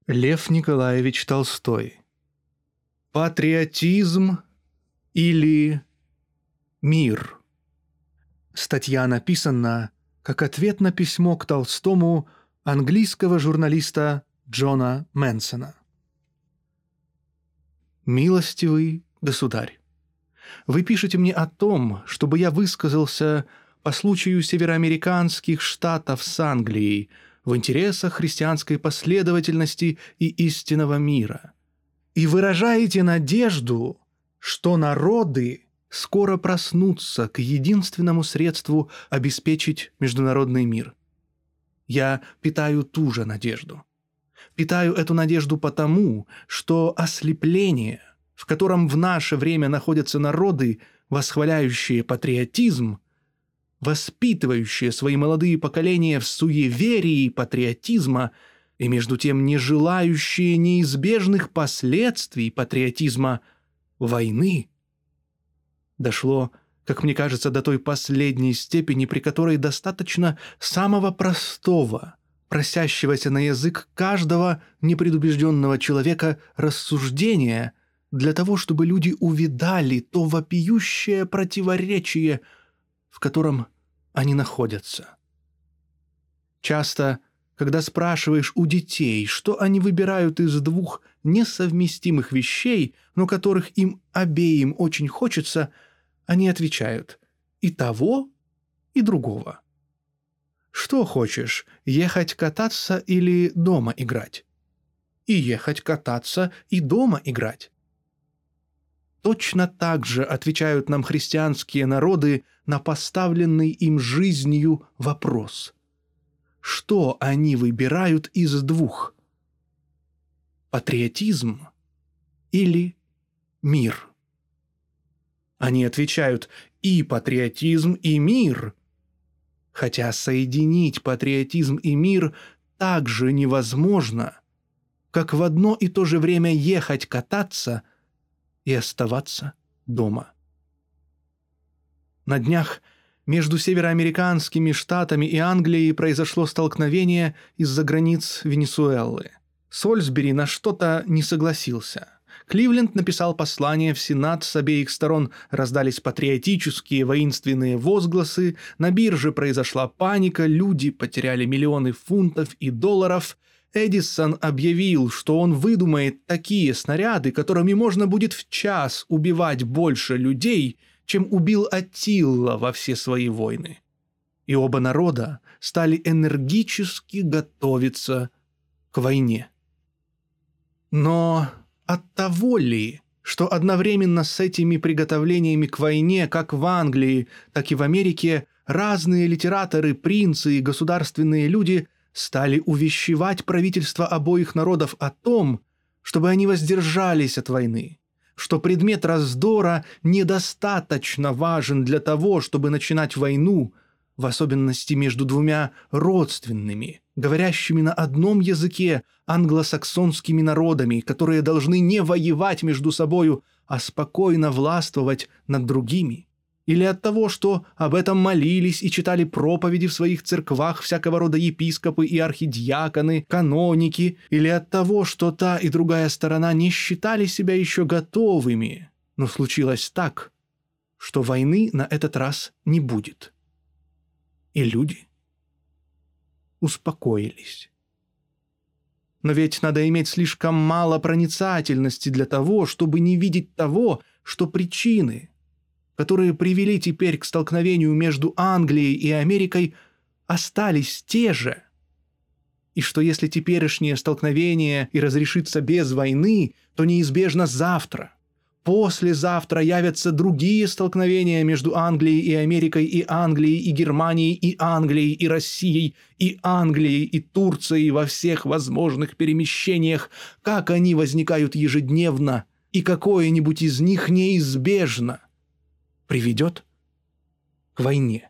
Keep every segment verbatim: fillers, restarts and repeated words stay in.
Лев Николаевич Толстой. Патриотизм или мир? Статья написана как ответ на письмо к Толстому английского журналиста Джона Мэнсона. «Милостивый государь, вы пишете мне о том, чтобы я высказался по случаю североамериканских штатов с Англией в интересах христианской последовательности и истинного мира, и выражаете надежду, что народы скоро проснутся к единственному средству обеспечить международный мир. Я питаю ту же надежду. Питаю эту надежду потому, что ослепление, в котором в наше время находятся народы, восхваляющие патриотизм, воспитывающие свои молодые поколения в суеверии патриотизма и между тем не желающие неизбежных последствий патриотизма войны, дошло, как мне кажется, до той последней степени, при которой достаточно самого простого, просящегося на язык каждого непредубежденного человека рассуждения для того, чтобы люди увидали то вопиющее противоречие, в котором они находятся. Часто, когда спрашиваешь у детей, что они выбирают из двух несовместимых вещей, но которых им обеим очень хочется, они отвечают «и того, и другого». Что хочешь, ехать кататься или дома играть? И ехать кататься, и дома играть. Точно так же отвечают нам христианские народы на поставленный им жизнью вопрос. Что они выбирают из двух? Патриотизм или мир? Они отвечают и патриотизм, и мир. Хотя соединить патриотизм и мир так же невозможно, как в одно и то же время ехать кататься и оставаться дома. На днях между североамериканскими штатами и Англией произошло столкновение из-за границ Венесуэлы. Сольсбери на что-то не согласился. Кливленд написал послание в Сенат, с обеих сторон раздались патриотические воинственные возгласы, на бирже произошла паника, люди потеряли миллионы фунтов и долларов. Эдисон объявил, что он выдумает такие снаряды, которыми можно будет в час убивать больше людей, чем убил Аттила во все свои войны. И оба народа стали энергически готовиться к войне. Но от того ли, что одновременно с этими приготовлениями к войне, как в Англии, так и в Америке, разные литераторы, принцы и государственные люди стали увещевать правительства обоих народов о том, чтобы они воздержались от войны, что предмет раздора недостаточно важен для того, чтобы начинать войну, в особенности между двумя родственными, говорящими на одном языке англосаксонскими народами, которые должны не воевать между собою, а спокойно властвовать над другими. Или от того, что об этом молились и читали проповеди в своих церквах всякого рода епископы и архидиаконы, каноники, или от того, что та и другая сторона не считали себя еще готовыми, но случилось так, что войны на этот раз не будет. И люди успокоились. Но ведь надо иметь слишком мало проницательности для того, чтобы не видеть того, что причины, которые привели теперь к столкновению между Англией и Америкой, остались те же, и что если теперешнее столкновение и разрешится без войны, то неизбежно завтра, послезавтра явятся другие столкновения между Англией и Америкой, и Англией и Германией, и Англией и Россией, и Англией и Турцией во всех возможных перемещениях, как они возникают ежедневно, и какое-нибудь из них неизбежно приведет к войне.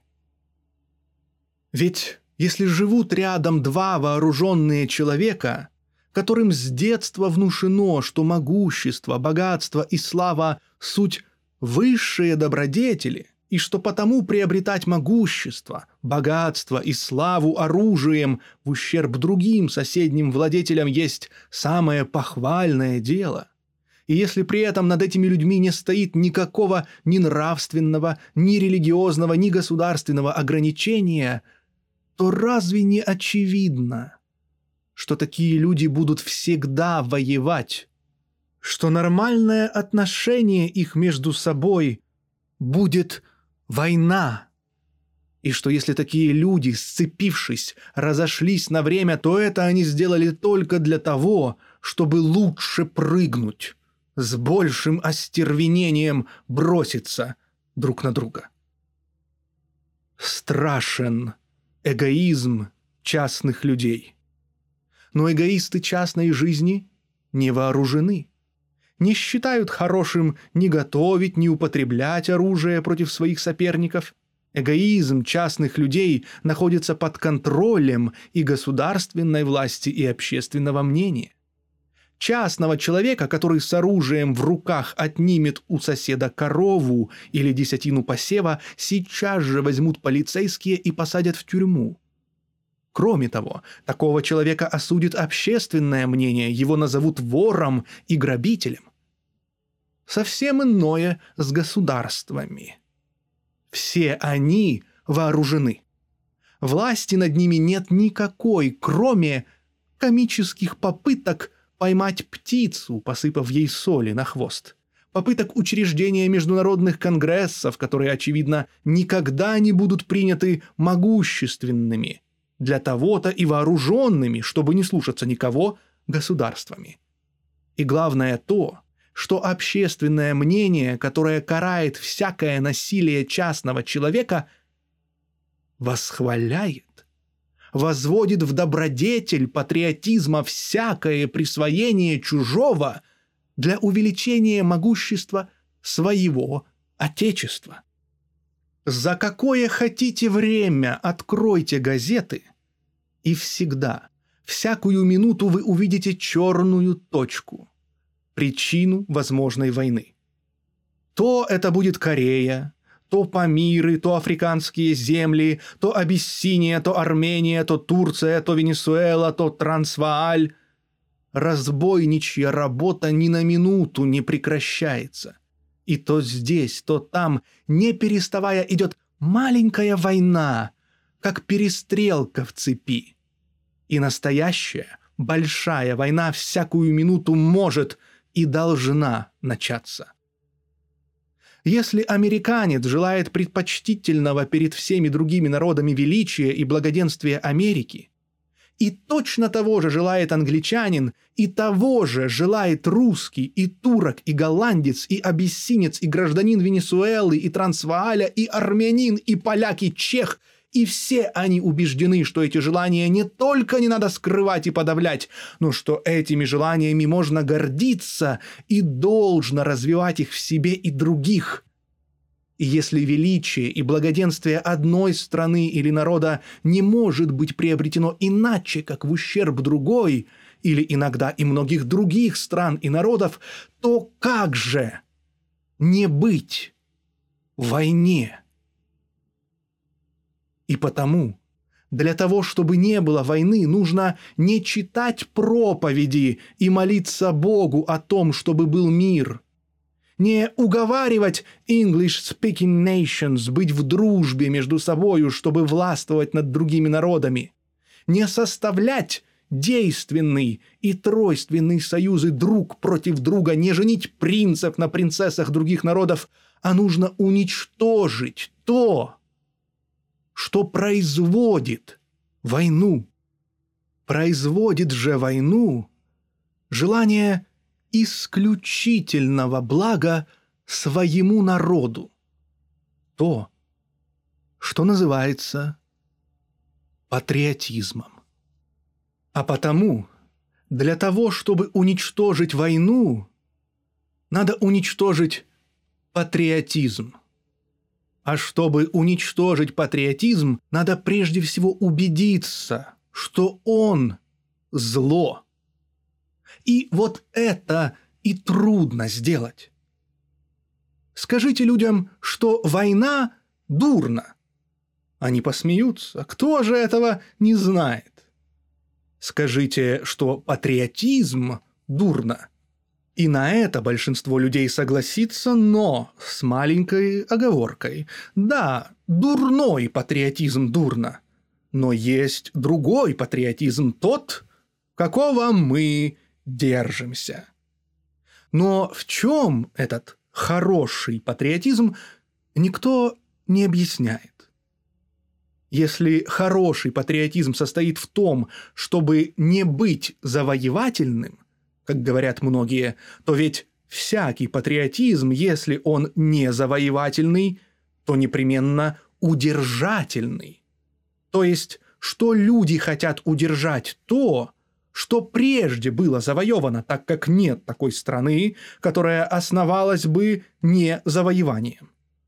Ведь если живут рядом два вооруженные человека, которым с детства внушено, что могущество, богатство и слава – суть высшие добродетели, и что потому приобретать могущество, богатство и славу оружием в ущерб другим соседним владетелям есть самое похвальное дело. И если при этом над этими людьми не стоит никакого ни нравственного, ни религиозного, ни государственного ограничения, то разве не очевидно, что такие люди будут всегда воевать, что нормальное отношение их между собой будет война, и что если такие люди, сцепившись, разошлись на время, то это они сделали только для того, чтобы лучше прыгнуть, с большим остервенением броситься друг на друга. Страшен эгоизм частных людей. Но эгоисты частной жизни не вооружены, не считают хорошим ни готовить, ни употреблять оружие против своих соперников. Эгоизм частных людей находится под контролем и государственной власти, и общественного мнения. Частного человека, который с оружием в руках отнимет у соседа корову или десятину посева, сейчас же возьмут полицейские и посадят в тюрьму. Кроме того, такого человека осудит общественное мнение, его назовут вором и грабителем. Совсем иное с государствами. Все они вооружены. Власти над ними нет никакой, кроме комических попыток поймать птицу, посыпав ей соли на хвост. Попыток учреждения международных конгрессов, которые, очевидно, никогда не будут приняты могущественными, для того-то и вооруженными, чтобы не слушаться никого, государствами. И главное то, что общественное мнение, которое карает всякое насилие частного человека, восхваляет, возводит в добродетель патриотизма всякое присвоение чужого для увеличения могущества своего отечества. За какое хотите время откройте газеты, и всегда, всякую минуту вы увидите черную точку, причину возможной войны. То это будет Корея, то Памиры, то африканские земли, то Абиссиния, то Армения, то Турция, то Венесуэла, то Трансвааль. Разбойничья работа ни на минуту не прекращается. И то здесь, то там, не переставая, идет маленькая война, как перестрелка в цепи. И настоящая, большая война всякую минуту может и должна начаться. Если американец желает предпочтительного перед всеми другими народами величия и благоденствия Америки, и точно того же желает англичанин, и того же желает русский, и турок, и голландец, и абиссинец, и гражданин Венесуэлы, и Трансвааля, и армянин, и поляк, и чех, и все они убеждены, что эти желания не только не надо скрывать и подавлять, но что этими желаниями можно гордиться и должно развивать их в себе и других. И если величие и благоденствие одной страны или народа не может быть приобретено иначе, как в ущерб другой, или иногда и многих других стран и народов, то как же не быть в войне? И потому, для того, чтобы не было войны, нужно не читать проповеди и молиться Богу о том, чтобы был мир, не уговаривать English-speaking nations быть в дружбе между собою, чтобы властвовать над другими народами, не составлять действенный и тройственный союзы друг против друга, не женить принцев на принцессах других народов, а нужно уничтожить то, что производит войну. Производит же войну желание исключительного блага своему народу. То, что называется патриотизмом. А потому, для того, чтобы уничтожить войну, надо уничтожить патриотизм. А чтобы уничтожить патриотизм, надо прежде всего убедиться, что он зло. И вот это и трудно сделать. Скажите людям, что война дурно. Они посмеются. Кто же этого не знает? Скажите, что патриотизм дурно. И на это большинство людей согласится, но с маленькой оговоркой. Да, дурной патриотизм дурно. Но есть другой патриотизм, тот, какого мы держимся. Но в чем этот хороший патриотизм, никто не объясняет. Если хороший патриотизм состоит в том, чтобы не быть завоевательным, как говорят многие, то ведь всякий патриотизм, если он не завоевательный, то непременно удержательный. То есть, что люди хотят удержать то, что прежде было завоевано, так как нет такой страны, которая основалась бы не завоеванием.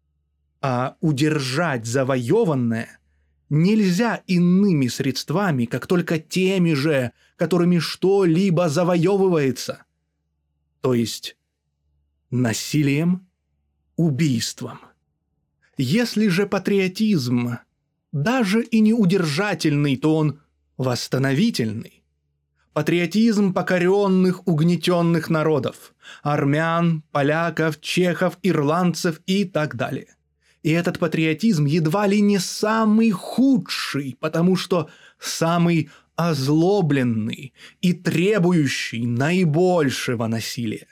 А удержать завоеванное нельзя иными средствами, как только теми же, которыми что-либо завоевывается. То есть насилием, убийством. Если же патриотизм даже и не удержательный, то он восстановительный. Патриотизм покоренных, угнетенных народов – армян, поляков, чехов, ирландцев и так далее. И этот патриотизм едва ли не самый худший, потому что самый озлобленный и требующий наибольшего насилия.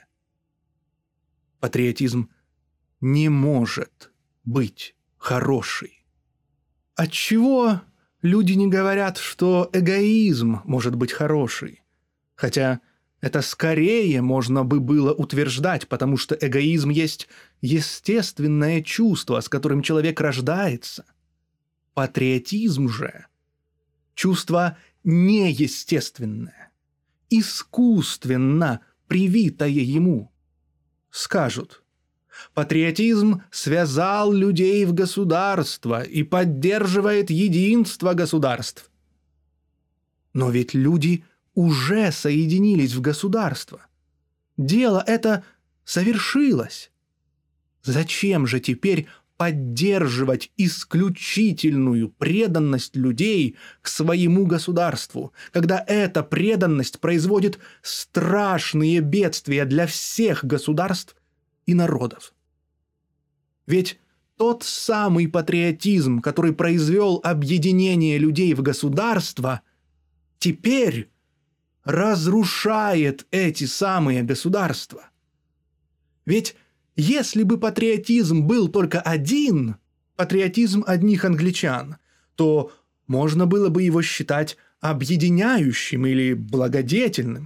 Патриотизм не может быть хороший. Отчего люди не говорят, что эгоизм может быть хороший? Хотя это скорее можно бы было утверждать, потому что эгоизм есть естественное чувство, с которым человек рождается. Патриотизм же – чувство неестественное, искусственно привитое ему. Скажут, патриотизм связал людей в государство и поддерживает единство государств. Но ведь люди уже соединились в государство. Дело это совершилось. Зачем же теперь поддерживать исключительную преданность людей к своему государству, когда эта преданность производит страшные бедствия для всех государств и народов? Ведь тот самый патриотизм, который произвел объединение людей в государство, теперь разрушает эти самые государства. Ведь если бы патриотизм был только один, патриотизм одних англичан, то можно было бы его считать объединяющим или благодетельным.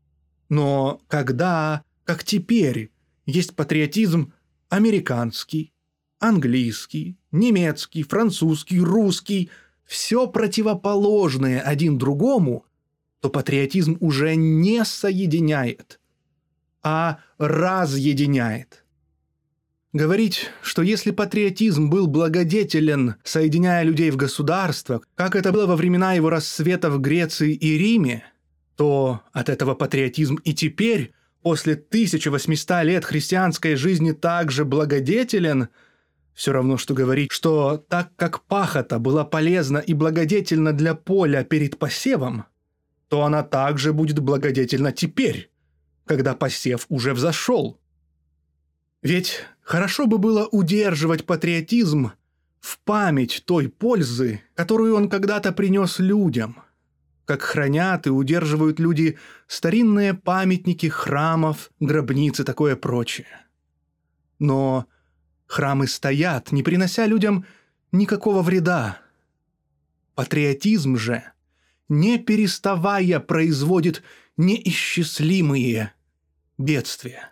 Но когда, как теперь, есть патриотизм американский, английский, немецкий, французский, русский, все противоположное один другому, то патриотизм уже не соединяет, а разъединяет. Говорить, что если патриотизм был благодетелен, соединяя людей в государство, как это было во времена его расцвета в Греции и Риме, то от этого патриотизм и теперь, после тысячи восьмисот лет христианской жизни, также благодетелен, все равно, что говорить, что так как пахота была полезна и благодетельна для поля перед посевом, то она также будет благодетельна теперь, когда посев уже взошел. Ведь хорошо бы было удерживать патриотизм в память той пользы, которую он когда-то принес людям, как хранят и удерживают люди старинные памятники храмов, гробниц и такое прочее. Но храмы стоят, не принося людям никакого вреда. Патриотизм же, не переставая, производит неисчислимые бедствия.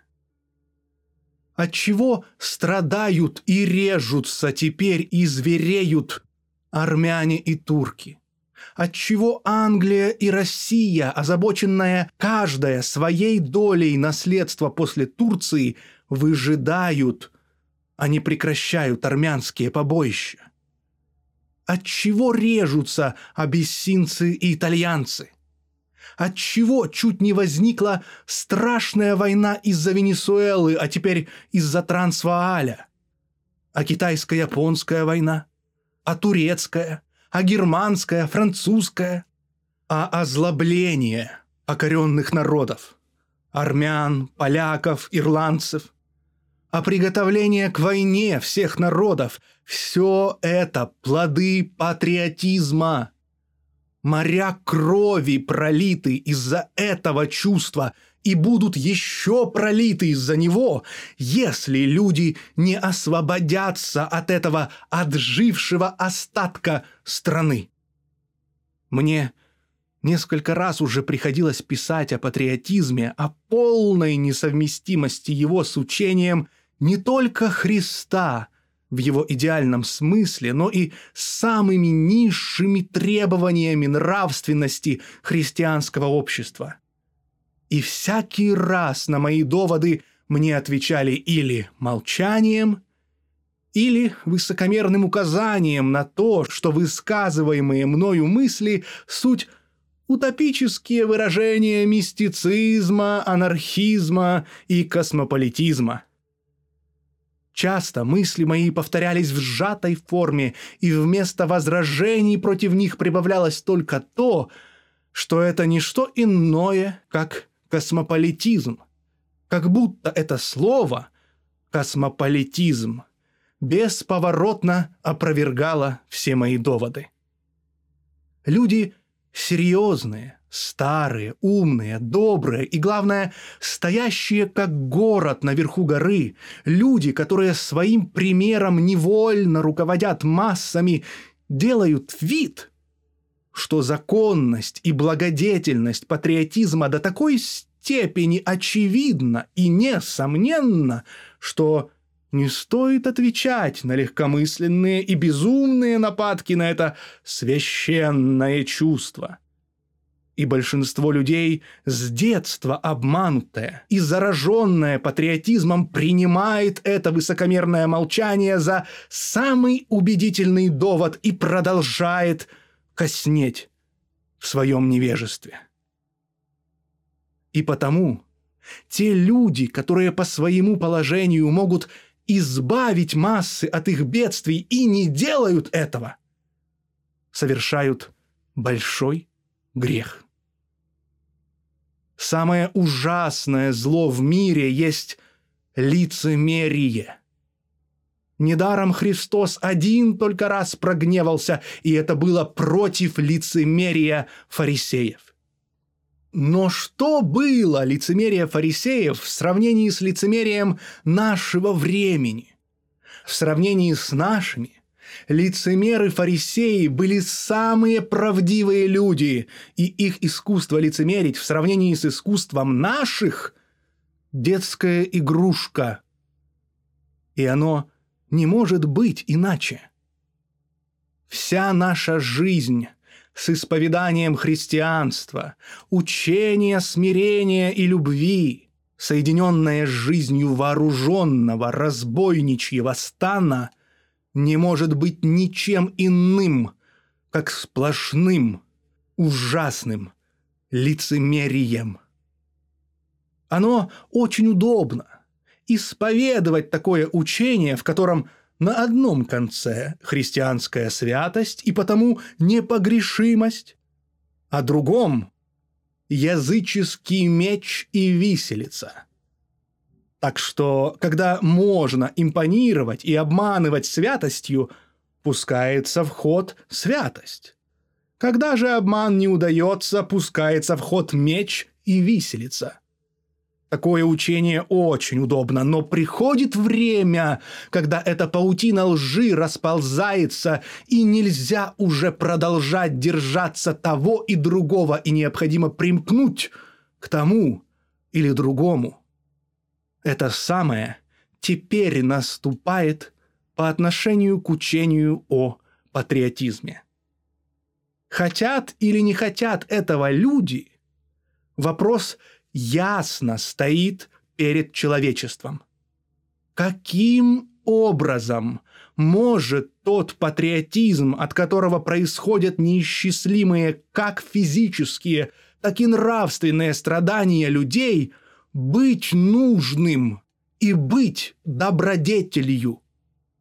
Отчего страдают и режутся теперь и звереют армяне и турки? Отчего Англия и Россия, озабоченная каждая своей долей наследства после Турции, выжидают, а не прекращают армянские побоища? Отчего режутся абиссинцы и итальянцы? Отчего чуть не возникла страшная война из-за Венесуэлы, а теперь из-за Трансвааля? А китайско-японская война? А турецкая? А германская, французская? А озлобление покоренных народов? Армян, поляков, ирландцев? А приготовление к войне всех народов? Все это плоды патриотизма. Моря крови пролиты из-за этого чувства и будут еще пролиты из-за него, если люди не освободятся от этого отжившего остатка страны. Мне несколько раз уже приходилось писать о патриотизме, о полной несовместимости его с учением не только Христа в его идеальном смысле, но и самыми низшими требованиями нравственности христианского общества. И всякий раз на мои доводы мне отвечали или молчанием, или высокомерным указанием на то, что высказываемые мною мысли – суть утопические выражения мистицизма, анархизма и космополитизма. Часто мысли мои повторялись в сжатой форме, и вместо возражений против них прибавлялось только то, что это не что иное, как космополитизм. Как будто это слово «космополитизм» бесповоротно опровергало все мои доводы. Люди серьезные, старые, умные, добрые и, главное, стоящие как город наверху горы, люди, которые своим примером невольно руководят массами, делают вид, что законность и благодетельность патриотизма до такой степени очевидна и несомненна, что не стоит отвечать на легкомысленные и безумные нападки на это священное чувство. И большинство людей, с детства обманутое и зараженное патриотизмом, принимает это высокомерное молчание за самый убедительный довод и продолжает коснеть в своем невежестве. И потому те люди, которые по своему положению могут избавить массы от их бедствий и не делают этого, совершают большой грех. Самое ужасное зло в мире есть лицемерие. Недаром Христос один только раз прогневался, и это было против лицемерия фарисеев. Но что было лицемерие фарисеев в сравнении с лицемерием нашего времени? В сравнении с нашими лицемеры-фарисеи были самые правдивые люди, и их искусство лицемерить в сравнении с искусством наших – детская игрушка. И оно не может быть иначе. Вся наша жизнь с исповеданием христианства, учения смирения и любви, соединенная с жизнью вооруженного разбойничьего стана, не может быть ничем иным, как сплошным, ужасным лицемерием. Оно очень удобно исповедовать такое учение, в котором на одном конце христианская святость и потому непогрешимость, а другом языческий меч и виселица. Так что, когда можно импонировать и обманывать святостью, пускается в ход святость. Когда же обман не удается, пускается в ход меч и виселица. Такое учение очень удобно, но приходит время, когда эта паутина лжи расползается, и нельзя уже продолжать держаться того и другого, и необходимо примкнуть к тому или другому. Это самое теперь наступает по отношению к учению о патриотизме. Хотят или не хотят этого люди, вопрос ясно стоит перед человечеством. Каким образом может тот патриотизм, от которого происходят неисчислимые как физические, так и нравственные страдания людей, быть нужным и быть добродетелью?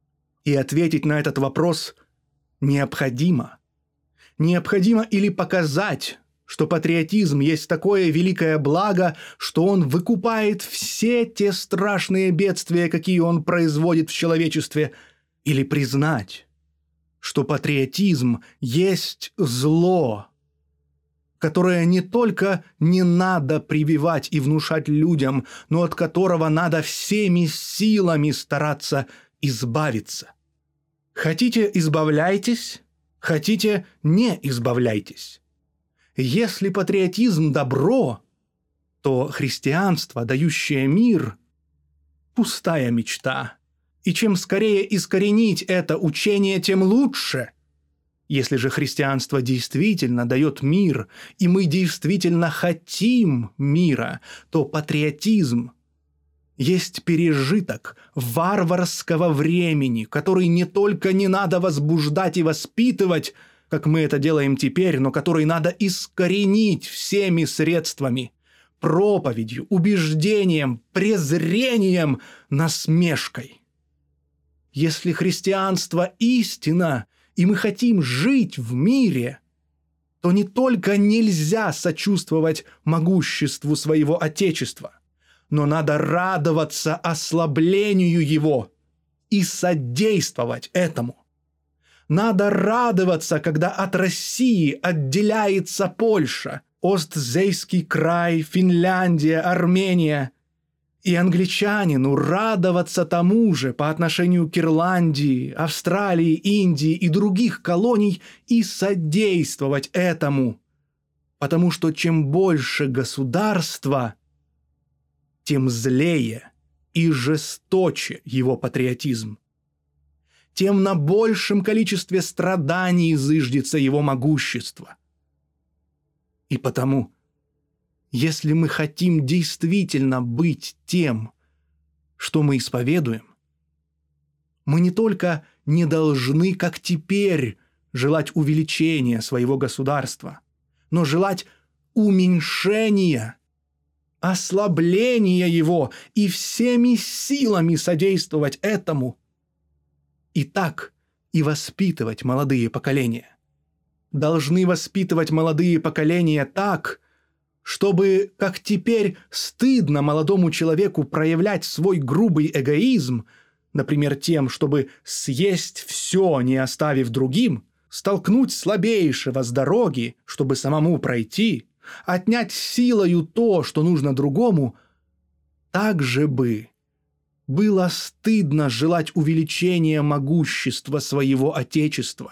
И ответить на этот вопрос необходимо. Необходимо или показать, что патриотизм есть такое великое благо, что он выкупает все те страшные бедствия, какие он производит в человечестве, или признать, что патриотизм есть зло, которое не только не надо прививать и внушать людям, но от которого надо всеми силами стараться избавиться. Хотите – избавляйтесь, хотите – не избавляйтесь. Если патриотизм – добро, то христианство, дающее мир – пустая мечта. И чем скорее искоренить это учение, тем лучше. Если же христианство действительно дает мир, и мы действительно хотим мира, то патриотизм есть пережиток варварского времени, который не только не надо возбуждать и воспитывать, как мы это делаем теперь, но который надо искоренить всеми средствами – проповедью, убеждением, презрением, насмешкой. Если христианство истина, и мы хотим жить в мире, то не только нельзя сочувствовать могуществу своего Отечества, но надо радоваться ослаблению его и содействовать этому. Надо радоваться, когда от России отделяется Польша, Остзейский край, Финляндия, Армения. И англичанину радоваться тому же по отношению к Ирландии, Австралии, Индии и других колоний и содействовать этому. Потому что чем больше государства, тем злее и жесточе его патриотизм. Тем на большем количестве страданий зыждется его могущество. И потому, если мы хотим действительно быть тем, что мы исповедуем, мы не только не должны, как теперь, желать увеличения своего государства, но желать уменьшения, ослабления его и всеми силами содействовать этому. И так и воспитывать молодые поколения. Должны воспитывать молодые поколения так, чтобы, как теперь стыдно молодому человеку проявлять свой грубый эгоизм, например, тем, чтобы съесть все, не оставив другим, столкнуть слабейшего с дороги, чтобы самому пройти, отнять силою то, что нужно другому, так же бы было стыдно желать увеличения могущества своего Отечества.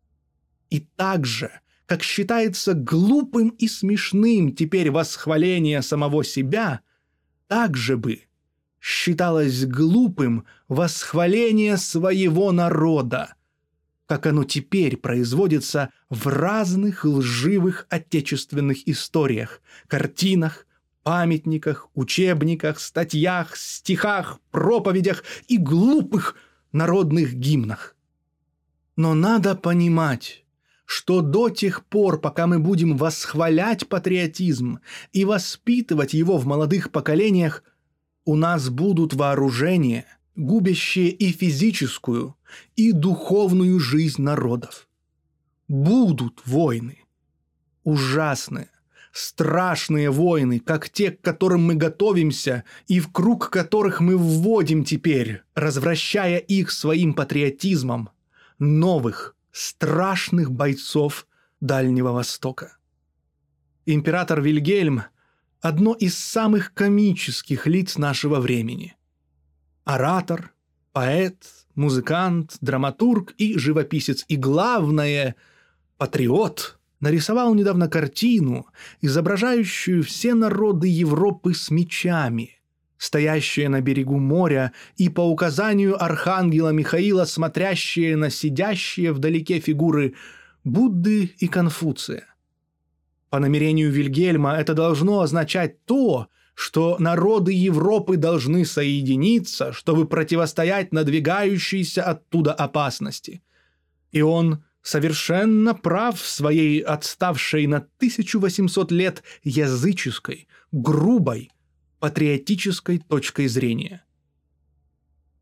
И так же, как считается глупым и смешным теперь восхваление самого себя, так же бы считалось глупым восхваление своего народа, как оно теперь производится в разных лживых отечественных историях, картинах, памятниках, учебниках, статьях, стихах, проповедях и глупых народных гимнах. Но надо понимать, что до тех пор, пока мы будем восхвалять патриотизм и воспитывать его в молодых поколениях, у нас будут вооружения, губящие и физическую, и духовную жизнь народов. Будут войны. Ужасные, страшные войны, как те, к которым мы готовимся и в круг которых мы вводим теперь, развращая их своим патриотизмом, новых, страшных бойцов Дальнего Востока. Император Вильгельм – одно из самых комических лиц нашего времени. Оратор, поэт, музыкант, драматург и живописец. И главное – патриот. Нарисовал недавно картину, изображающую все народы Европы с мечами, стоящие на берегу моря и по указанию архангела Михаила смотрящие на сидящие вдалеке фигуры Будды и Конфуция. По намерению Вильгельма это должно означать то, что народы Европы должны соединиться, чтобы противостоять надвигающейся оттуда опасности. И он совершенно прав в своей отставшей на тысячу восемьсот лет языческой, грубой, патриотической точкой зрения.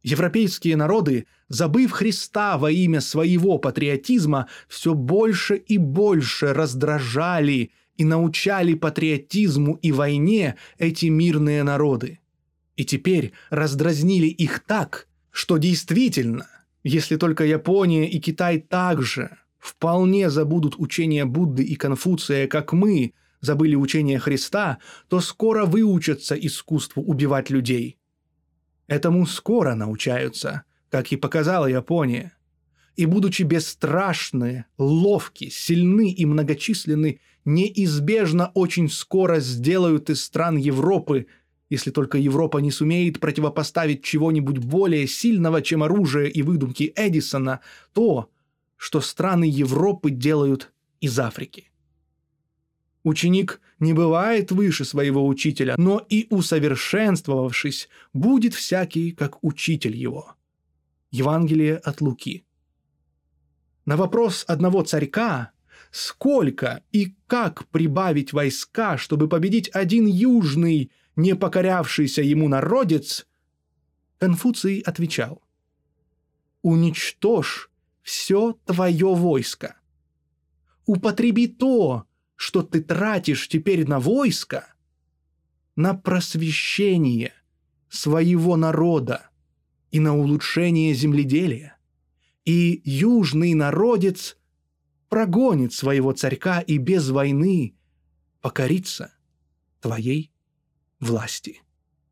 Европейские народы, забыв Христа во имя своего патриотизма, все больше и больше раздражали и научали патриотизму и войне эти мирные народы. И теперь раздразнили их так, что действительно, если только Япония и Китай также вполне забудут учение Будды и Конфуция, как мы забыли учение Христа, то скоро выучатся искусству убивать людей. Этому скоро научаются, как и показала Япония. И, будучи бесстрашны, ловки, сильны и многочисленны, неизбежно очень скоро сделают из стран Европы, если только Европа не сумеет противопоставить чего-нибудь более сильного, чем оружие и выдумки Эдисона, то, что страны Европы делают из Африки. Ученик не бывает выше своего учителя, но и усовершенствовавшись, будет всякий, как учитель его. Евангелие от Луки. На вопрос одного царька, сколько и как прибавить войска, чтобы победить один южный, не покорявшийся ему народец, Конфуций отвечал: «Уничтожь все твое войско. Употреби то, что ты тратишь теперь на войско, на просвещение своего народа и на улучшение земледелия, и южный народец прогонит своего царька и без войны покорится твоей власти».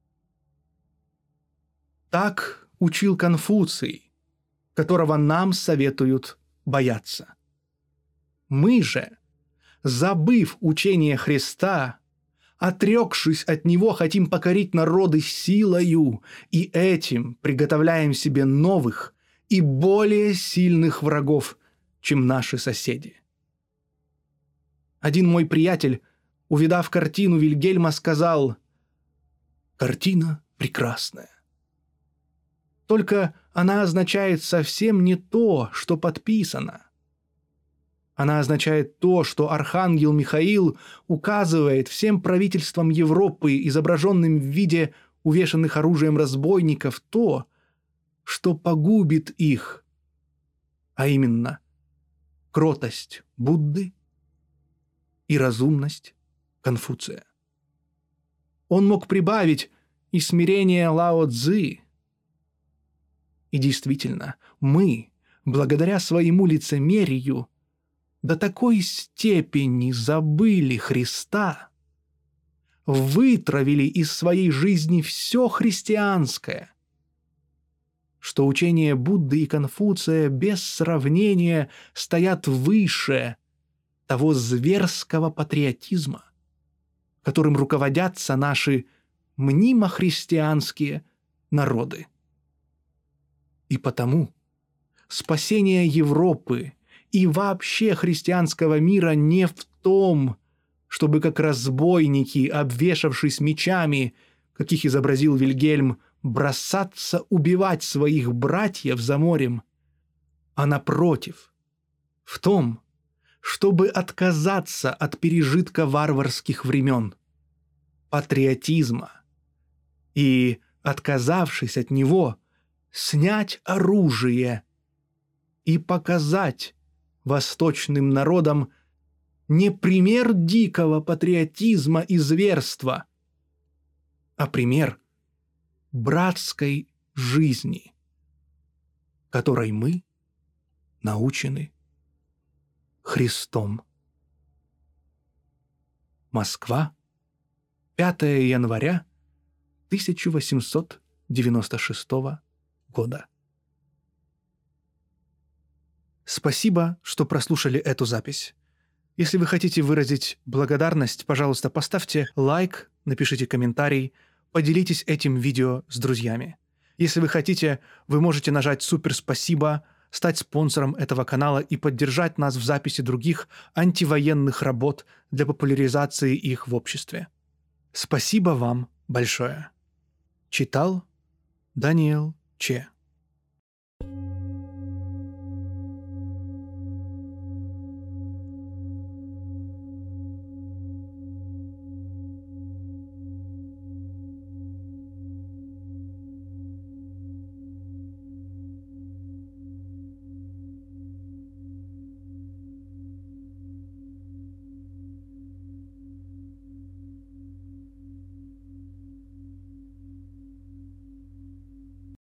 Так учил Конфуций, которого нам советуют бояться. Мы же, забыв учение Христа, отрекшись от него, хотим покорить народы силою, и этим приготовляем себе новых и более сильных врагов, чем наши соседи. Один мой приятель, увидав картину Вильгельма, сказал: «Картина прекрасная. Только она означает совсем не то, что подписано. Она означает то, что архангел Михаил указывает всем правительствам Европы, изображенным в виде увешанных оружием разбойников, то, что погубит их, а именно кротость Будды и разумность Конфуция. Он мог прибавить и смирение Лао Цзы. И действительно, мы, благодаря своему лицемерию, до такой степени забыли Христа, вытравили из своей жизни все христианское, что учения Будды и Конфуция без сравнения стоят выше того зверского патриотизма, которым руководятся наши мнимо-христианские народы. И потому спасение Европы и вообще христианского мира не в том, чтобы как разбойники, обвешавшись мечами, каких изобразил Вильгельм, бросаться убивать своих братьев за морем, а напротив, в том, чтобы отказаться от пережитка варварских времен, патриотизма, и, отказавшись от него, снять оружие и показать восточным народам не пример дикого патриотизма и зверства, а пример братской жизни, которой мы научены Христом. Москва, пятое января тысяча восемьсот девяносто шестого года. Спасибо, что прослушали эту запись. Если вы хотите выразить благодарность, пожалуйста, поставьте лайк, напишите комментарий, поделитесь этим видео с друзьями. Если вы хотите, вы можете нажать «Супер спасибо», стать спонсором этого канала и поддержать нас в записи других антивоенных работ для популяризации их в обществе. Спасибо вам большое. Читал Даниил Че.